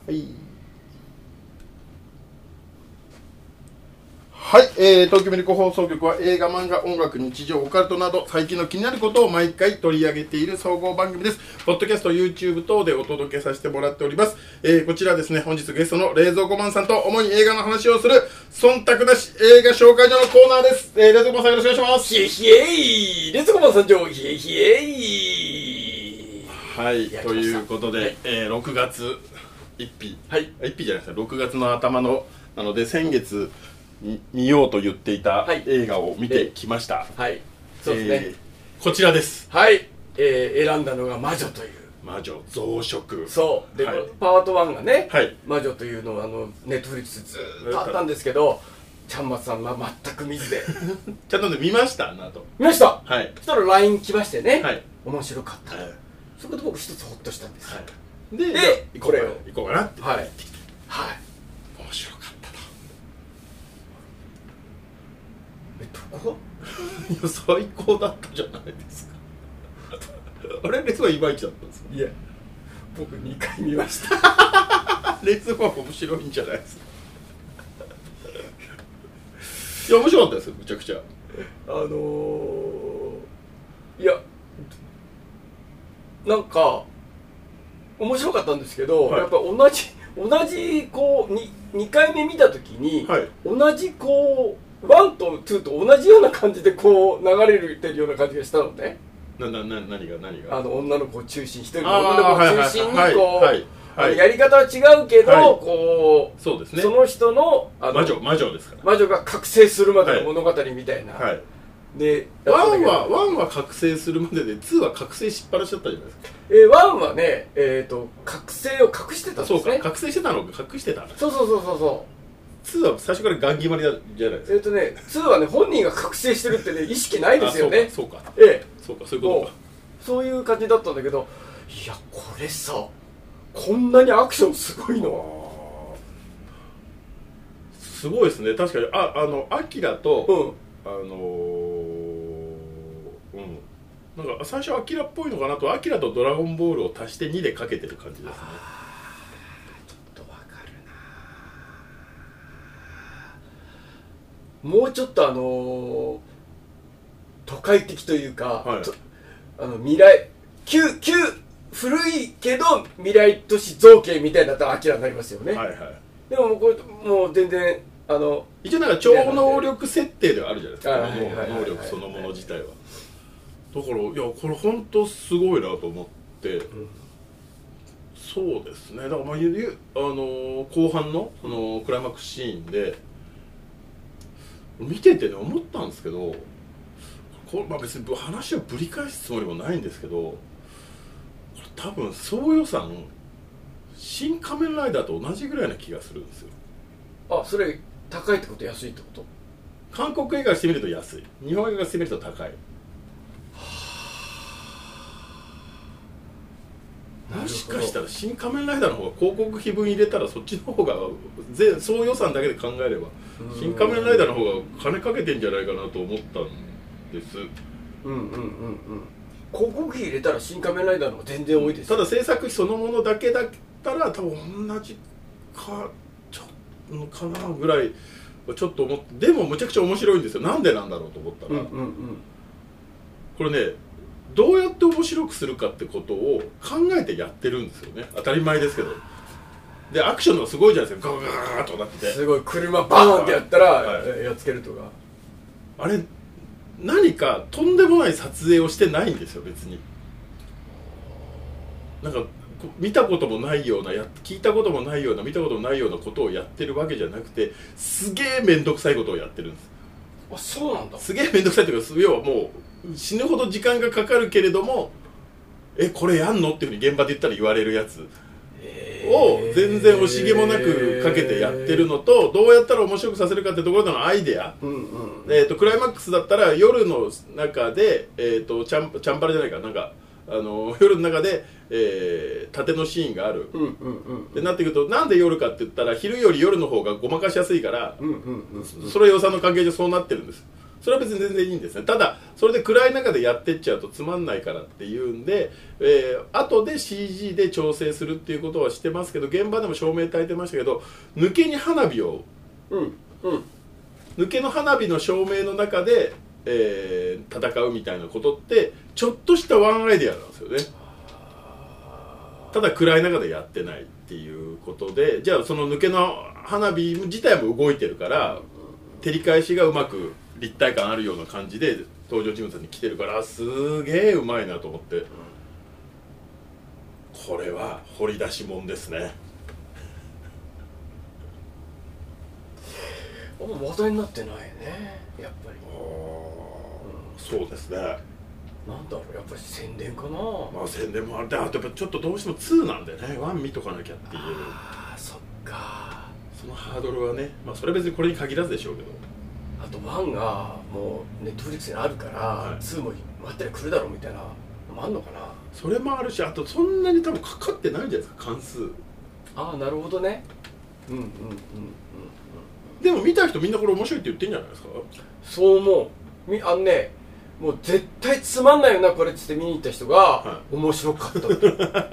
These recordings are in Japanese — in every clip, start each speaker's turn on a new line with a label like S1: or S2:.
S1: はい。はい、東京ミルク放送局は映画、漫画、音楽、日常、オカルトなど最近の気になることを毎回取り上げている総合番組です。ポッドキャスト、YouTube 等でお届けさせてもらっております。こちらですね、本日ゲストの冷蔵庫マンさんと主に映画の話をする忖度なし映画紹介所のコーナーです。冷蔵庫マンさんよろしくお願いします。
S2: ひえひえい冷蔵庫マン参上ひえひえい。
S1: はい、ということで、6月1日、はい、1日じゃないですか、6月の頭のなので先月見ようと言っていた映画を見てきました。
S2: はい、そうですね、
S1: こちらです。
S2: はい、選んだのが魔女という。
S1: 魔女増殖。
S2: そうで、はい、パート1がね、はい、魔女というのはネットフリックスずっとあったんですけど、ちゃんまつさんは全く見ずで
S1: ちゃんと見ましたなと。
S2: 見ました。
S1: はい。
S2: そしたら LINE 来ましてね、はい、面白かったと、はい、そこで僕一つホッとしたんですよ、はい、でこれを
S1: 行こうかなって、
S2: はいはい、
S1: 面白かったと。
S2: どこ
S1: いや最高だったじゃないですかあれレスはいまいちだったんですか。
S2: いや僕2回見ました
S1: レスは面白いんじゃないですかいや面白かったですよ、むちゃくちゃ。
S2: いやなんか面白かったんですけど、はい、やっぱ同じこう 2回目見た時に、はい、同じこう1と2と同じような感じでこう流れてるような感じがしたのね。何が女の子を中心、一人の女の子を中心にこうやり方は違うけど、はい、こう
S1: そうですね、
S2: その人の
S1: 魔女ですから、
S2: 魔女が覚醒するまでの物語みたいな、はいはい、で
S1: 1は覚醒するまでで2は覚醒しっぱなしだったじゃないですか。
S2: 1はね、覚醒を隠してたんですね。
S1: そうか、覚醒してたのか隠してた。
S2: そう
S1: 2は最初からガン決まりじゃないですか。
S2: 2はね本人が覚醒してるってね意識ないですよね。
S1: そうか、そういうことか。
S2: そういう感じだったんだけど、いやこれさこんなにアクションすごいの。
S1: すごいですね。確かにアキラと、なんか最初アキラっぽいのかなと、アキラとドラゴンボールを足して2でかけてる感じですね。
S2: ちょっとわかるな。もうちょっと都会的というか、はい、未来古いけど未来都市造形みたいになったらアキラになりますよね。はいはい。でもこれもう全然
S1: 一応なんか超能力設定ではあるじゃないですか、能力そのもの自体は。だからいやこれ本当すごいなと思って、そうですね。だから後半のそのクライマックスシーンで見ててね思ったんですけど、別に話をぶり返すつもりもないんですけど、これ多分総予算新仮面ライダーと同じぐらいな気がするんですよ。
S2: それ高いってこと安いってこと。
S1: 韓国映画してみると安い、日本映画してみると高い。もしかしたら新仮面ライダーの方が広告費分入れたらそっちの方が総予算だけで考えれば新仮面ライダーの方が金かけてんじゃないかなと思ったんです。
S2: 広告費入れたら新仮面ライダーの方が全然多いです。
S1: ただ制作費そのものだけだったら多分同じかかなぐらいちょっと思って、でもむちゃくちゃ面白いんですよ。なんでなんだろうと思ったら、これねどうやって面白くするかってことを考えてやってるんですよね。当たり前ですけど。でアクションがすごいじゃないですか。ガーッとなってて
S2: すごい車バーンってやったら、やっつけるとか。
S1: あれ何かとんでもない撮影をしてないんですよ別に。なんか見たこともないような聞いたこともないような見たこともないようなことをやってるわけじゃなくて、すげえ面倒くさいことをやってるんです。
S2: そうなんだ。
S1: すげえ面倒くさいというか、要はもう死ぬほど時間がかかるけれどもこれやんのっていうふうに現場で言ったら言われるやつを全然惜しげもなくかけてやってるのと、どうやったら面白くさせるかってところでのアイデア、クライマックスだったら夜の中でチャンバラじゃないかなんか夜の中で、縦のシーンがあるってなってくると、なんで夜かって言ったら昼より夜の方がごまかしやすいから、それ予算の関係上そうなってるんです。 それは別に全然いいんですね。ただそれで暗い中でやってっちゃうとつまんないからっていうんで、後で CG で調整するっていうことはしてますけど、現場でも照明焚いてましたけど、抜けに花火を、抜けの花火の照明の中で、戦うみたいなことってちょっとしたワンアイデアなんですよね。ただ暗い中でやってないっていうことで、じゃあその抜けの花火自体も動いてるから、照り返しがうまく立体感あるような感じで登場人物に来てるから、すげえうまいなと思って、これは掘り出し物ですね。
S2: 話題になってないね、やっぱり。
S1: そうですね。
S2: なんだろう、やっぱり宣伝かな。
S1: まあ宣伝もある。で、あとやっぱちょっとどうしても2なんでね、1見とかなきゃっていう。
S2: ああ、そっか。
S1: そのハードルはね、まあそれは別にこれに限らずでしょうけど。
S2: あと1がもうネットフリックスにあるから、2も待って来るだろうみたいなのもあんのかな。
S1: それもあるし、あとそんなに多分かかってないんじゃないですか、関数。
S2: ああ、なるほどね。
S1: でも見た人みんなこれ面白いって言ってんじゃないですか。
S2: そう思う。もう絶対つまんないよなこれっつって見に行った人が、面白かったって。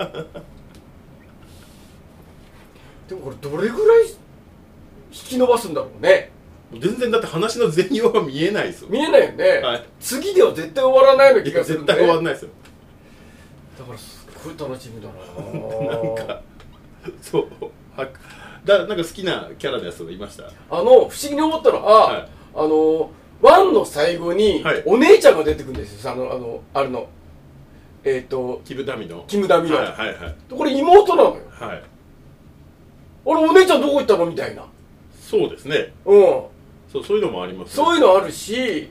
S2: でもこれどれぐらい引き伸ばすんだろうね。
S1: 全然だって話の全容は見えないですよ。
S2: 見えないよね、次では絶対終わらないような気がするんで。
S1: 絶対終わらないですよ。
S2: だからすっごい楽しみだな。
S1: なんかそうなんか好きなキャラのやつとかいました？
S2: 不思議に思ったのは、1の最後にお姉ちゃんが出てくるんですよ。あれの
S1: キムダミの
S2: これ妹なのよ。
S1: はい。
S2: あれお姉ちゃんどこ行ったのみたいな。
S1: そうですね。そういうのもありますね。
S2: そういうのあるし、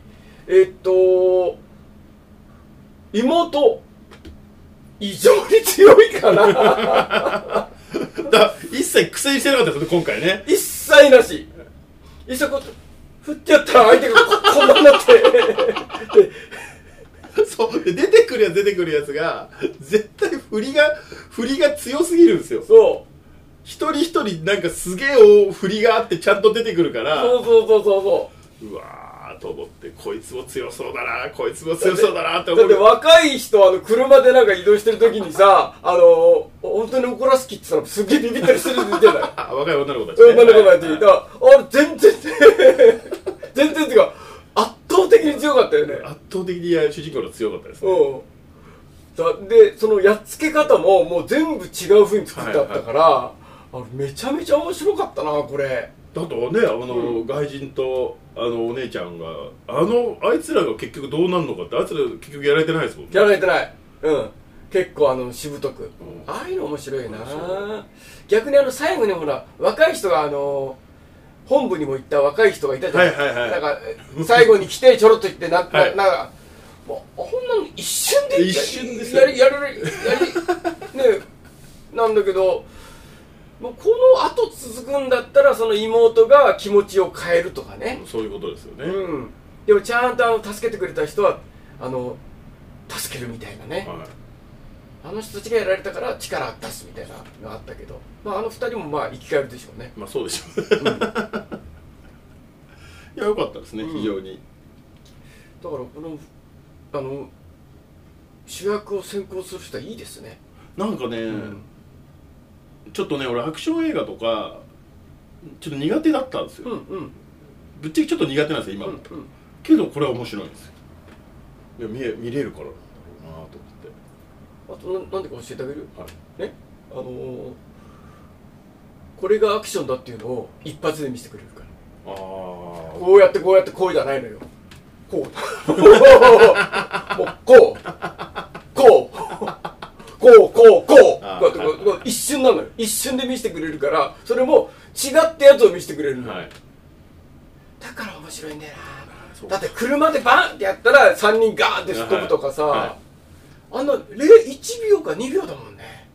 S2: 妹異常に強いかな。
S1: 一切苦戦してなかったですね今回ね。
S2: 一切なし。一切こう振ってやったら相手がこんなになって
S1: そうで出てくるやつが絶対振りが強すぎるんですよ。
S2: そう
S1: 一人一人なんかすげえ振りがあってちゃんと出てくるから、うわーと思って、こいつも強そうだな、こいつも強そうだなって思う。
S2: だって若い人車でなんか移動してる時にさ、本当に怒らす気って言ったらすっげえビビったりするんじゃない？
S1: 若い女の子たちね。
S2: 女の子たちいた。あれ全然っていうか圧倒的に強かったよね。
S1: 圧倒的に主人公の強かったですね。
S2: でそのやっつけ方ももう全部違う風に作ってあったから、めちゃめちゃ面白かったなこれ。
S1: だとね、外人とお姉ちゃんがあいつらが結局どうなるのかって、あいつら結局やられてないですもんね。
S2: やられてない。結構しぶとく、ああいうの面白いな。逆に最後にほら若い人が本部にも行った若い人がいたじゃない。なんか最後に来てちょろっと行ってなんかもうほんなの一瞬ですやりねなんだけど、もうこの後続くんだったらその妹が気持ちを変えるとかね。
S1: そういうことですよね。
S2: でもちゃんと助けてくれた人は助けるみたいなね。あの人たちがやられたから力出すみたいなのがあったけど、2人も生き返るでしょうね。
S1: そうでしょう。いや良かったですね、非常に。
S2: だからこの主役を先行する人はいいですね。
S1: なんかね、ちょっとね、俺アクション映画とかちょっと苦手だったんですよ。ぶっちゃけちょっと苦手なんですよ今も。けどこれは面白いんですよ。いや見れるからなんだろうなと思って。
S2: あとなんでか教えてあげる？ね、これがアクションだっていうのを一発で見せてくれるから。こうやってこうじゃないのよ。こうもうこう一瞬なのよ。一瞬で見せてくれるから、それも違ったやつを見せてくれるの。だから面白いんだよな。だって車でバンってやったら3人ガーンって吹っ飛ぶとかさ、あんな1秒か2秒だもんね。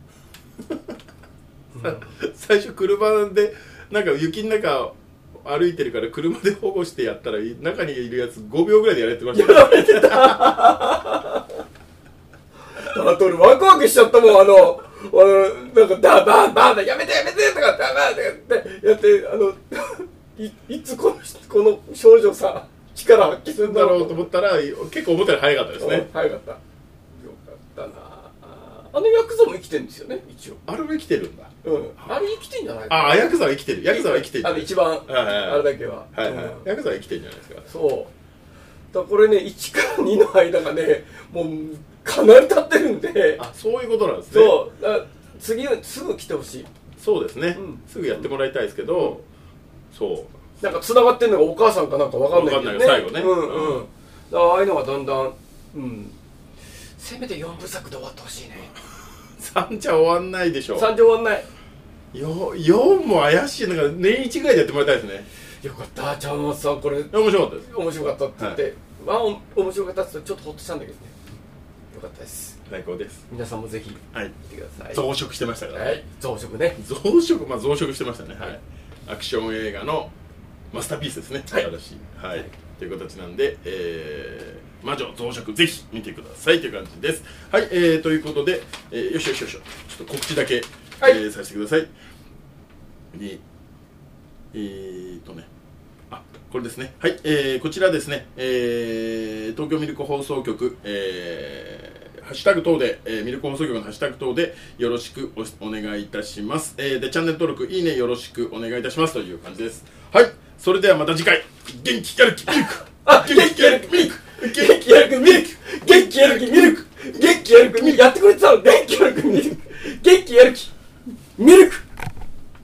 S1: 最初車でなんか雪の中歩いてるから車で保護してやったら中にいるやつ5秒ぐらいでやられてました。
S2: やられてた。あと俺ワクワクしちゃったもん。なんかバンやめてとかってやっていつこの少女さ力発揮す
S1: するんだろうと思ったら結構思ったより早かったですね。
S2: 早かった。よかったな。あのヤクザも生きてるんですよね、一応。
S1: あれも生きてるんだ。
S2: あれ生きてんじゃないかな。
S1: あ、ヤクザは生きてる。ヤクザは生きてる。
S2: 一番あれだけは。
S1: ヤクザは生きてるんじゃないですか。
S2: そう。だからこれね、1から2の間がね、もうかなり経ってるんで。
S1: あ、そういうことなんですね。
S2: そう。次すぐ来てほしい。そう
S1: ですね。すぐやってもらいたいですけど、そう。
S2: なんか繋がってんのがお母さんかなんかわかんないけどね。
S1: 最後ね。
S2: だからああいうのがだんだん、せめて4部作で終わってほしいね。
S1: 3じゃ終わんないでしょ。
S2: 3じゃ終わんない。
S1: 4も怪しいのが年1ぐらいでやってもらいたいですね。
S2: よかった、ちゃんまつさんこれ
S1: 面白かったです。
S2: 面白かったって言って、面白かったって言ってちょっとホッとしたんだけどね。よかったです。
S1: 最高です。
S2: 皆さんもぜひ見てください。
S1: 増殖してましたからね。
S2: 増殖ね。
S1: 増殖してましたね。アクション映画のマスターピースですね。新しい。という形なんで、魔女増殖ぜひ見てくださいという感じです。はい、ということで、よしちょっと告知だけ、させてください。これですね。はい、こちらですね、東京ミルク放送局、ハッシュタグ等で、ミルク放送局のハッシュタグ等でよろしくお願いいたします。で、チャンネル登録、いいねよろしくお願いいたしますという感じです。はい、それではまた次回、元気やる気ミルク元気やる気ミルク元気やる気ミルク